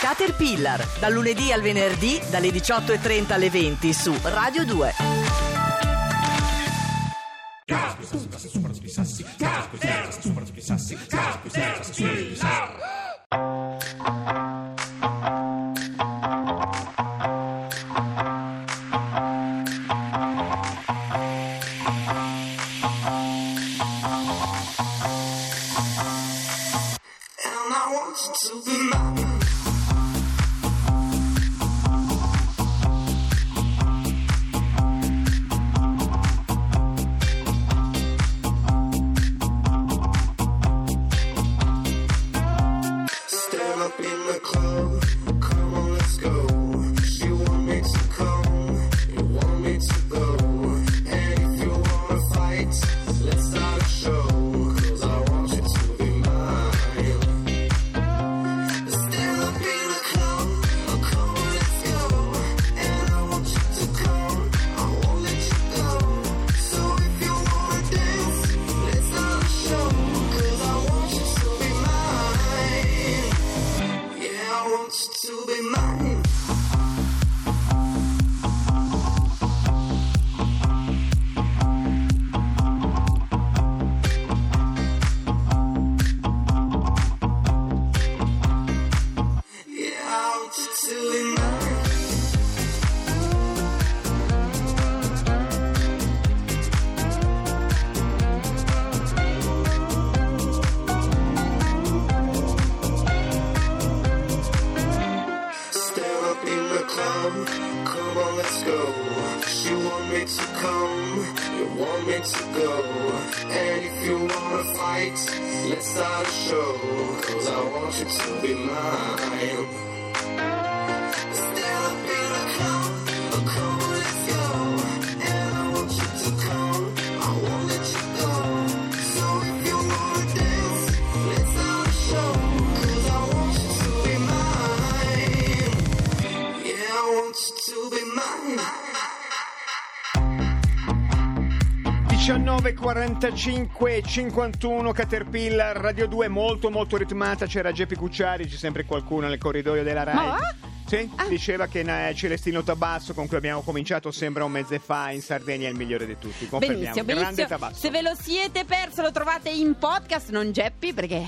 Caterpillar, dal lunedì al venerdì dalle 18:30 alle 20 su Radio 2. Nove 45 51 Caterpillar Radio 2 molto ritmata. C'era Geppi Cucciari, c'è sempre qualcuno nel corridoio della Rai. Sì, diceva che Celestino Tabasso, con cui abbiamo cominciato, sembra un mese fa in Sardegna è il migliore di tutti. Confermiamo. Grande Tabasso. Se ve lo siete perso lo trovate in podcast, non Geppi perché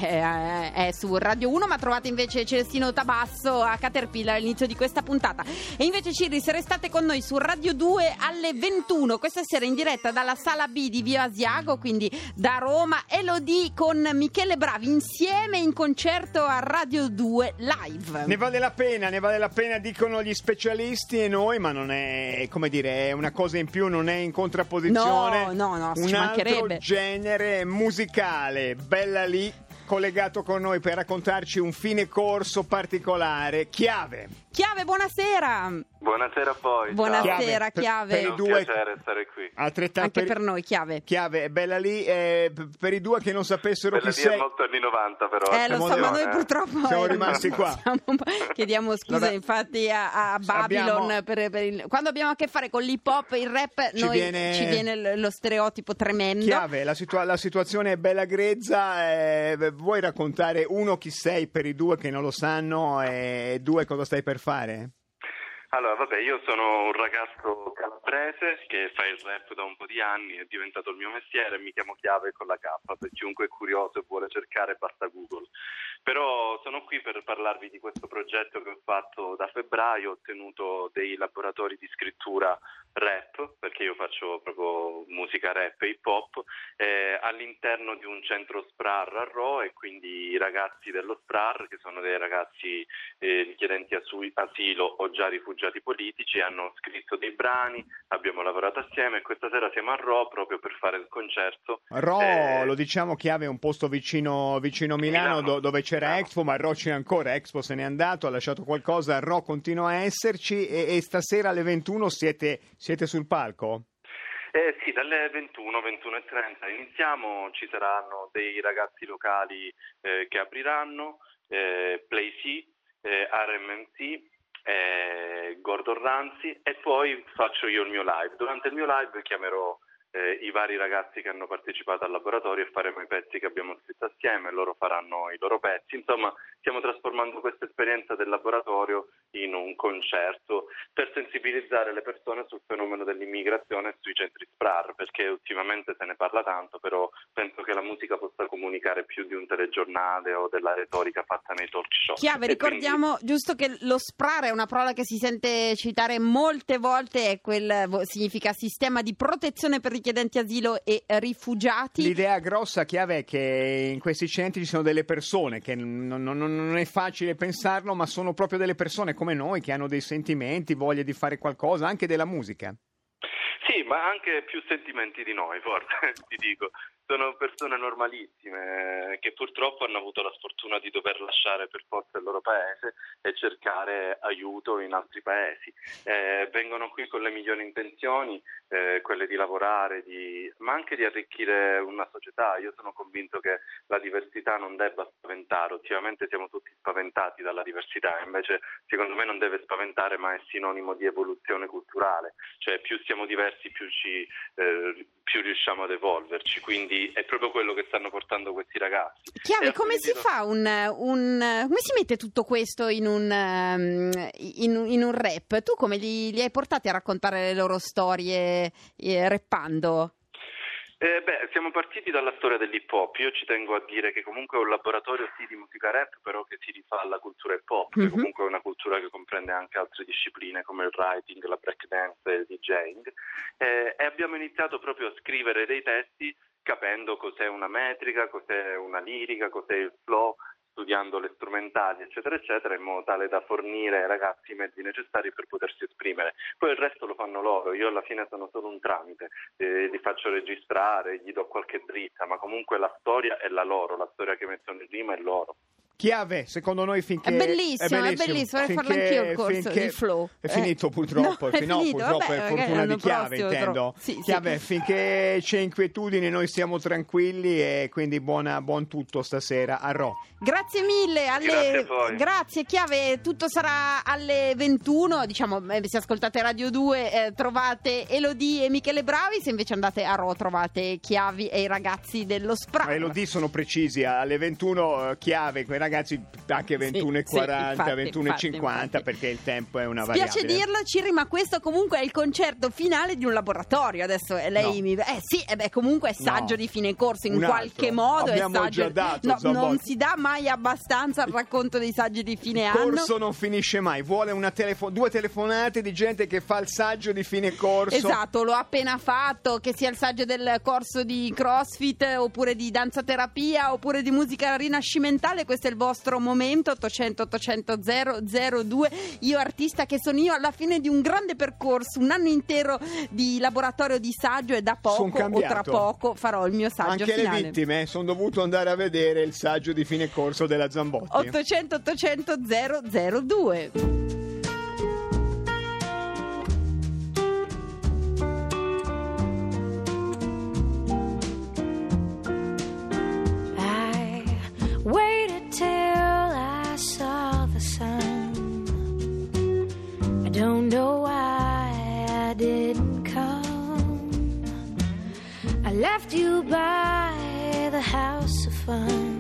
è su Radio 1, ma trovate invece Celestino Tabasso a Caterpillar all'inizio di questa puntata. E invece Cirri, se restate con noi su Radio 2 alle 21 questa sera in diretta dalla Sala B di Via Asiago, quindi da Roma, Elodie con Michele Bravi insieme in concerto a Radio 2 live. Ne vale la pena, dicono gli specialisti, e noi, ma non è, come dire, è una cosa in più, non è in contrapposizione. No, un altro genere musicale. Bella lì, collegato con noi per raccontarci un fine corso particolare. Chiave, buonasera. Buonasera a voi. Buonasera, Chiave. Per i due, è un piacere stare qui. Altrettanto anche per noi, Chiave. Bella lì, per i due che non sapessero Bella chi lì sei. è molto anni 90 però. Lo so, ma noi purtroppo siamo rimasti qua. Chiediamo scusa, infatti a Babylon quando abbiamo a che fare con l'hip hop, il rap, ci viene lo stereotipo tremendo. Chiave, la situazione è bella grezza. Vuoi raccontare, uno, chi sei per i due che non lo sanno, e due, cosa stai per fare? Allora, vabbè, io sono un ragazzo calabrese che fa il rap da un po' di anni, è diventato il mio mestiere, mi chiamo Chiave con la K, per chiunque è curioso e vuole cercare basta Google. Però sono qui per parlarvi di questo progetto che ho fatto da febbraio. Ho ottenuto dei laboratori di scrittura rap, perché io faccio proprio musica rap e hip hop, all'interno di un centro SPRAR a Rho, e quindi i ragazzi dello SPRAR, che sono dei ragazzi richiedenti asilo o già rifugiati politici, hanno scritto dei brani, abbiamo lavorato assieme e questa sera siamo a Rho proprio per fare il concerto. Rho, lo diciamo, Chiave, è un posto vicino Milano. Dove c'era Expo, ma Rho c'è ancora. Expo se n'è andato, ha lasciato qualcosa, Rho continua a esserci, e stasera alle 21 siete sul palco? Sì, dalle 21:30 iniziamo, ci saranno dei ragazzi locali che apriranno, Play C, RMMC, Gordon Ramsay, e poi faccio io il mio live. Durante il mio live chiamerò i vari ragazzi che hanno partecipato al laboratorio e faremo i pezzi che abbiamo scritto assieme, loro faranno i loro pezzi. Insomma, stiamo trasformando questa esperienza del laboratorio in un concerto per sensibilizzare le persone sul fenomeno dell'immigrazione e sui centri SPRAR, perché ultimamente se ne parla tanto, però penso che la musica possa comunicare più di un telegiornale o della retorica fatta nei talk show. Chiave, ricordiamo giusto che lo SPRAR è una parola che si sente citare molte volte, significa Sistema di Protezione per Richiedenti Asilo e Rifugiati. L'idea grossa, Chiave, è che in questi centri ci sono delle persone che non è facile pensarlo, ma sono proprio delle persone come noi che hanno dei sentimenti, voglia di fare qualcosa, anche della musica. Sì, ma anche più sentimenti di noi, forse, ti dico. Sono persone normalissime che purtroppo hanno avuto la sfortuna di dover lasciare per forza il loro paese e cercare aiuto in altri paesi. Vengono qui con le migliori intenzioni, quelle di lavorare, ma anche di arricchire una società. Io sono convinto che la diversità non debba spaventare. Ultimamente siamo tutti spaventati dalla diversità, invece secondo me non deve spaventare, ma è sinonimo di evoluzione culturale. Cioè più siamo diversi, più riusciamo ad evolverci, quindi è proprio quello che stanno portando questi ragazzi. Chiave, come si fa come si mette tutto questo in un rap? Tu come li hai portati a raccontare le loro storie rappando? Siamo partiti dalla storia dell'hip hop. Io ci tengo a dire che comunque è un laboratorio sì di musica rap, però che si rifà alla cultura hip hop, che comunque è una cultura che comprende anche altre discipline come il writing, la breakdance e il DJing, e abbiamo iniziato proprio a scrivere dei testi capendo cos'è una metrica, cos'è una lirica, cos'è il flow, studiando le strumentali, eccetera, eccetera, in modo tale da fornire ai ragazzi i mezzi necessari per potersi esprimere. Poi il resto lo fanno loro, io alla fine sono solo un tramite, li faccio registrare, gli do qualche dritta, ma comunque la storia è la loro, la storia che mettono in rima è loro. Chiave, secondo noi finché... È bellissimo, vorrei farlo anch'io il corso, il flow. È finito purtroppo, purtroppo per fortuna di Chiave, intendo. Sì, Chiave, sì. finché c'è inquietudine noi siamo tranquilli e quindi buon tutto stasera a Ro. Grazie mille, Grazie a voi. Grazie Chiave, tutto sarà alle 21, diciamo, se ascoltate Radio 2 trovate Elodie e Michele Bravi, se invece andate a Ro trovate Chiavi e i ragazzi dello SPRAR. Elodie sono precisi, alle 21 Chiave, quei ragazzi anche 21:40, 21:50, perché il tempo è una variabile. Spiace dirlo, Cirri, ma questo comunque è il concerto finale di un laboratorio. Adesso lei comunque è saggio di fine corso, in qualche modo abbiamo è saggio. Già dato, non si dà mai abbastanza al racconto dei saggi di fine anno. Il corso non finisce mai, vuole due telefonate di gente che fa il saggio di fine corso. Esatto, l'ho appena fatto, che sia il saggio del corso di CrossFit oppure di danzaterapia oppure di musica rinascimentale. Questo è il vostro momento. 800 800 002. Io artista che sono io, alla fine di un grande percorso, un anno intero di laboratorio di saggio, e da poco o tra poco farò il mio saggio anche finale. Le vittime sono dovuto andare a vedere il saggio di fine corso della Zambotti. 800 800 002. Don't know why I didn't come. I left you by the house of fun.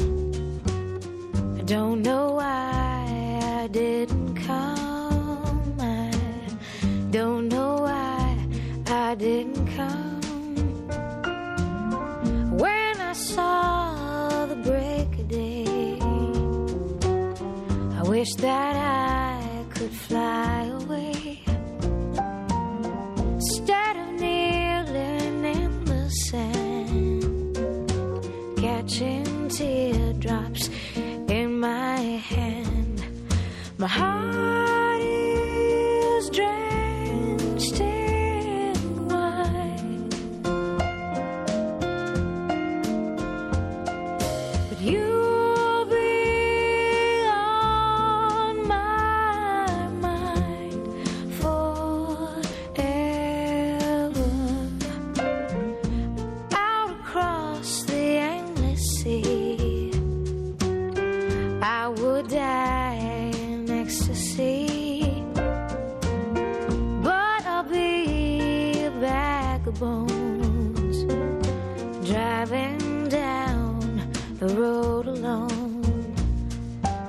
I don't know why I didn't come. I don't know why I didn't come. When I saw the break of day, I wish that I could fly away instead of kneeling in the sand, catching teardrops in my hand. My heart is drenched in wine, but you'll be on my mind forever. Out across the endless sea, I would die in ecstasy, but I'll be a bag of bones, driving down the road alone.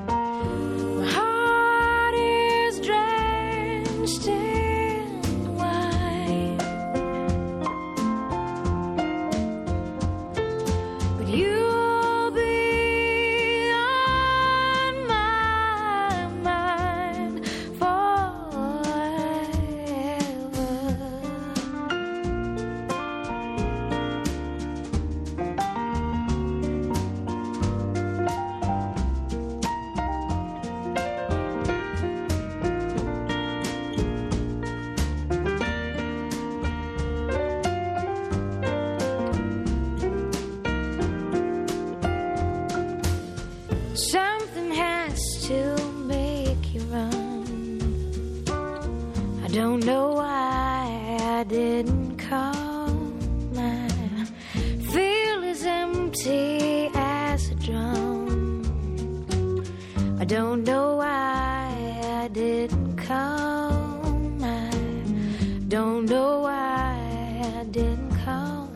you run. I don't know why I didn't come. I feel as empty as a drum. I don't know why I didn't come. I don't know why I didn't come.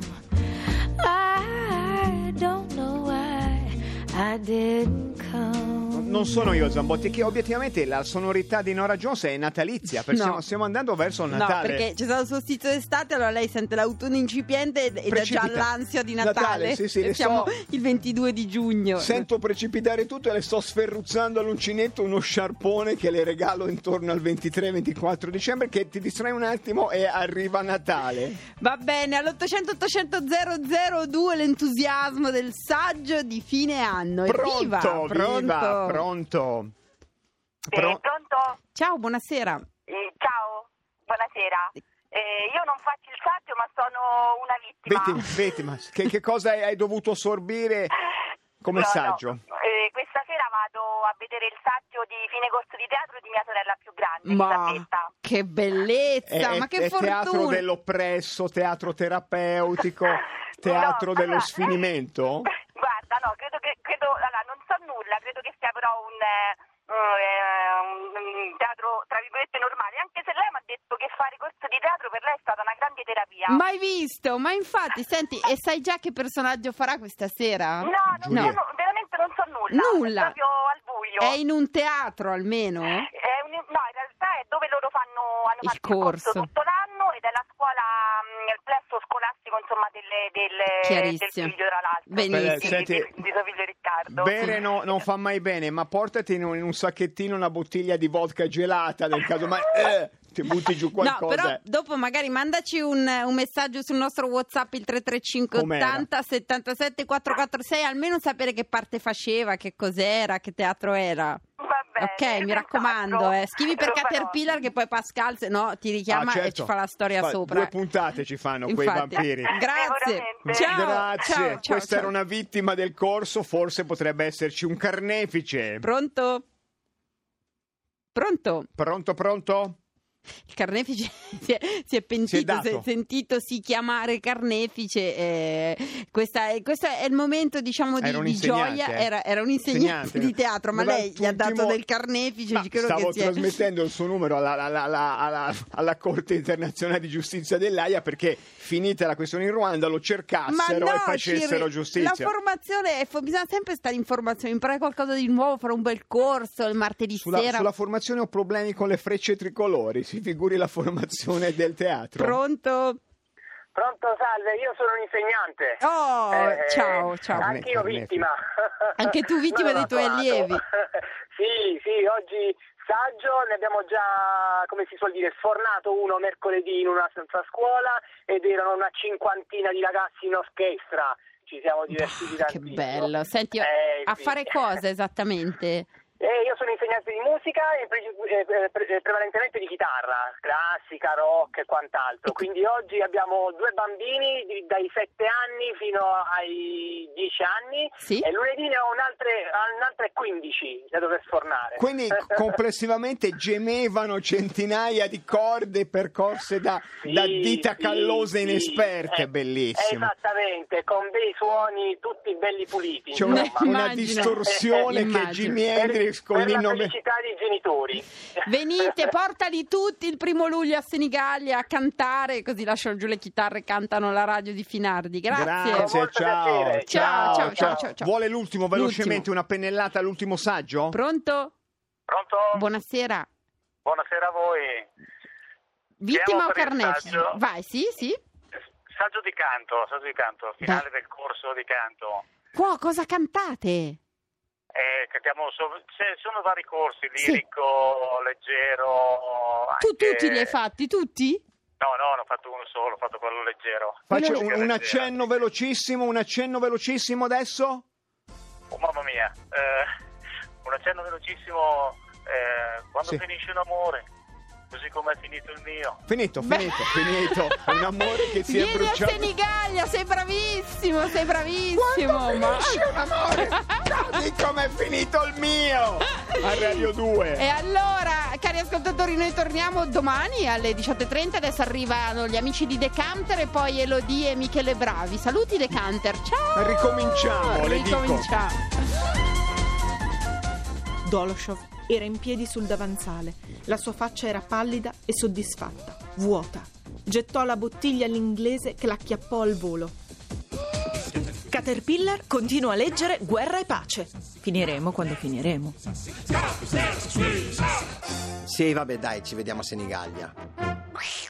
I don't know why I didn't come. Non sono io Zambotti, che obiettivamente la sonorità di Norah Jones è natalizia, perché No. stiamo andando verso il Natale. No, perché c'è stato il solstizio d'estate, allora lei sente l'autunno incipiente ed ha già Precipita. l'ansia di Natale. Sì, E le siamo sto- il 22 di giugno. Sento precipitare tutto e le sto sferruzzando all'uncinetto uno sciarpone che le regalo intorno al 23-24 dicembre, che ti distrai un attimo e arriva Natale. Va bene, all'800 800 002 l'entusiasmo del saggio di fine anno. Evviva! Pronto. Pronto? Ciao, buonasera. Ciao, buonasera. Io non faccio il saggio, ma sono una vittima. Che cosa hai dovuto sorbire come saggio? No. Questa sera vado a vedere il saggio di fine corso di teatro di mia sorella più grande, Ma Elisabetta. che bellezza, ma che è teatro fortuna. dell'oppresso, teatro terapeutico, teatro No, dello allora, sfinimento? Guarda, no, credo allora, non so nulla, credo che sia però un teatro tra virgolette normale, anche se lei mi ha detto che fare corso di teatro per lei è stata una grande terapia. Mai visto, ma infatti, senti, e sai già che personaggio farà questa sera? No, Giulia. veramente non so nulla. Nulla. È proprio al buio. È in un teatro almeno? No, in realtà è dove loro hanno Il fatto il corso corso. tutto l'anno ed è la scuola, il plesso scolastico insomma del Chiarissimo. figlio tra l'altro. Benissimo. Senti, di suo figlio Riccardo. Bere non fa mai bene, ma portati in un sacchettino una bottiglia di vodka gelata nel caso, ma ti butti giù qualcosa. No, però dopo magari mandaci un messaggio sul nostro WhatsApp, il 335 Com'era? 80 77 446, almeno sapere che parte faceva, che cos'era, che teatro era. Va bene, Ok, mi raccomando, scrivi per Lo farò. Caterpillar che poi Pascal se no ti richiama e ci fa la storia sopra. 2 puntate ci fanno quei Infatti. vampiri. Grazie. Sicuramente. Ciao. Grazie, Ciao, ciao, questa ciao. era una vittima del corso, forse potrebbe esserci un carnefice. Pronto? Pronto? Pronto? Il carnefice si è pentito, Si è dato. si è sentitosi chiamare carnefice. Questo è il momento, diciamo, Era un di insegnante, gioia. Era un insegnante di teatro, ma Dov'è lei gli ha dato l'ultimo- del carnefice. Ma credo stavo che sia... trasmettendo il suo numero alla Corte internazionale di giustizia dell'Aia perché, finita la questione in Ruanda, lo cercassero e facessero Ciri, giustizia. La formazione, bisogna sempre stare in formazione, imparare qualcosa di nuovo, fare un bel corso il martedì sera. Sulla formazione ho problemi con le frecce tricolori, si figuri la formazione del teatro. Pronto? Pronto, salve, io sono un insegnante. Oh, ciao. Anch'io Carnefice. vittima. Anche tu vittima dei tuoi allievi. Sì, oggi saggio, ne abbiamo già, come si suol dire, sfornato uno mercoledì in una senza scuola ed erano una 50 di ragazzi in orchestra. Ci siamo divertiti Che tantissimo. bello. Senti, a sì. fare cosa esattamente? Io sono insegnante di musica e prevalentemente di chitarra, classica, rock e quant'altro. Quindi oggi abbiamo 2 bambini dai 7 anni fino ai 10 anni Sì. e lunedì ne ho un'altra 15 da dover sfornare. Quindi complessivamente gemevano centinaia di corde percorse da dita callose inesperte, bellissimo. Esattamente, con bei suoni tutti belli puliti. C'è insomma. una Immagino. distorsione che Immagino. Jimi Hendrix con per la l'inno felicità dei genitori. Venite, portali tutti il 1° luglio a Senigallia a cantare, così lasciano giù le chitarre e cantano la radio di Finardi. Grazie. Grazie, Molto ciao. piacere. Ciao. Vuole l'ultimo velocemente, una pennellata all'ultimo saggio? Pronto? Pronto? Buonasera. Buonasera a voi. Vittima o per il carnefice? saggio. Vai, sì. Saggio di canto, finale del corso di canto. Cosa cantate? Cantiamo sono vari corsi, lirico, leggero. Tutti li hai fatti, tutti? No, ne ho fatto uno solo, ho fatto quello leggero. Faccio Quello un leggero. accenno velocissimo adesso? Oh, mamma mia, un accenno velocissimo, quando Sì. finisce l'amore, Così come è finito il mio. Finito. Un amore che si è bruciato. Vieni a Senigallia, sei bravissimo. Quando finisce un amore? Di come è finito il mio a Radio 2. E allora, cari ascoltatori, noi torniamo domani alle 18:30. Adesso arrivano gli amici di Decanter e poi Elodie e Michele Bravi. Saluti Decanter, ciao. Ricominciamo. Doloshov era in piedi sul davanzale. La sua faccia era pallida e soddisfatta, vuota. Gettò la bottiglia all'inglese che l'acchiappò al volo. Caterpillar continua a leggere Guerra e Pace. Finiremo quando finiremo. Sì, vabbè, dai, ci vediamo a Senigallia.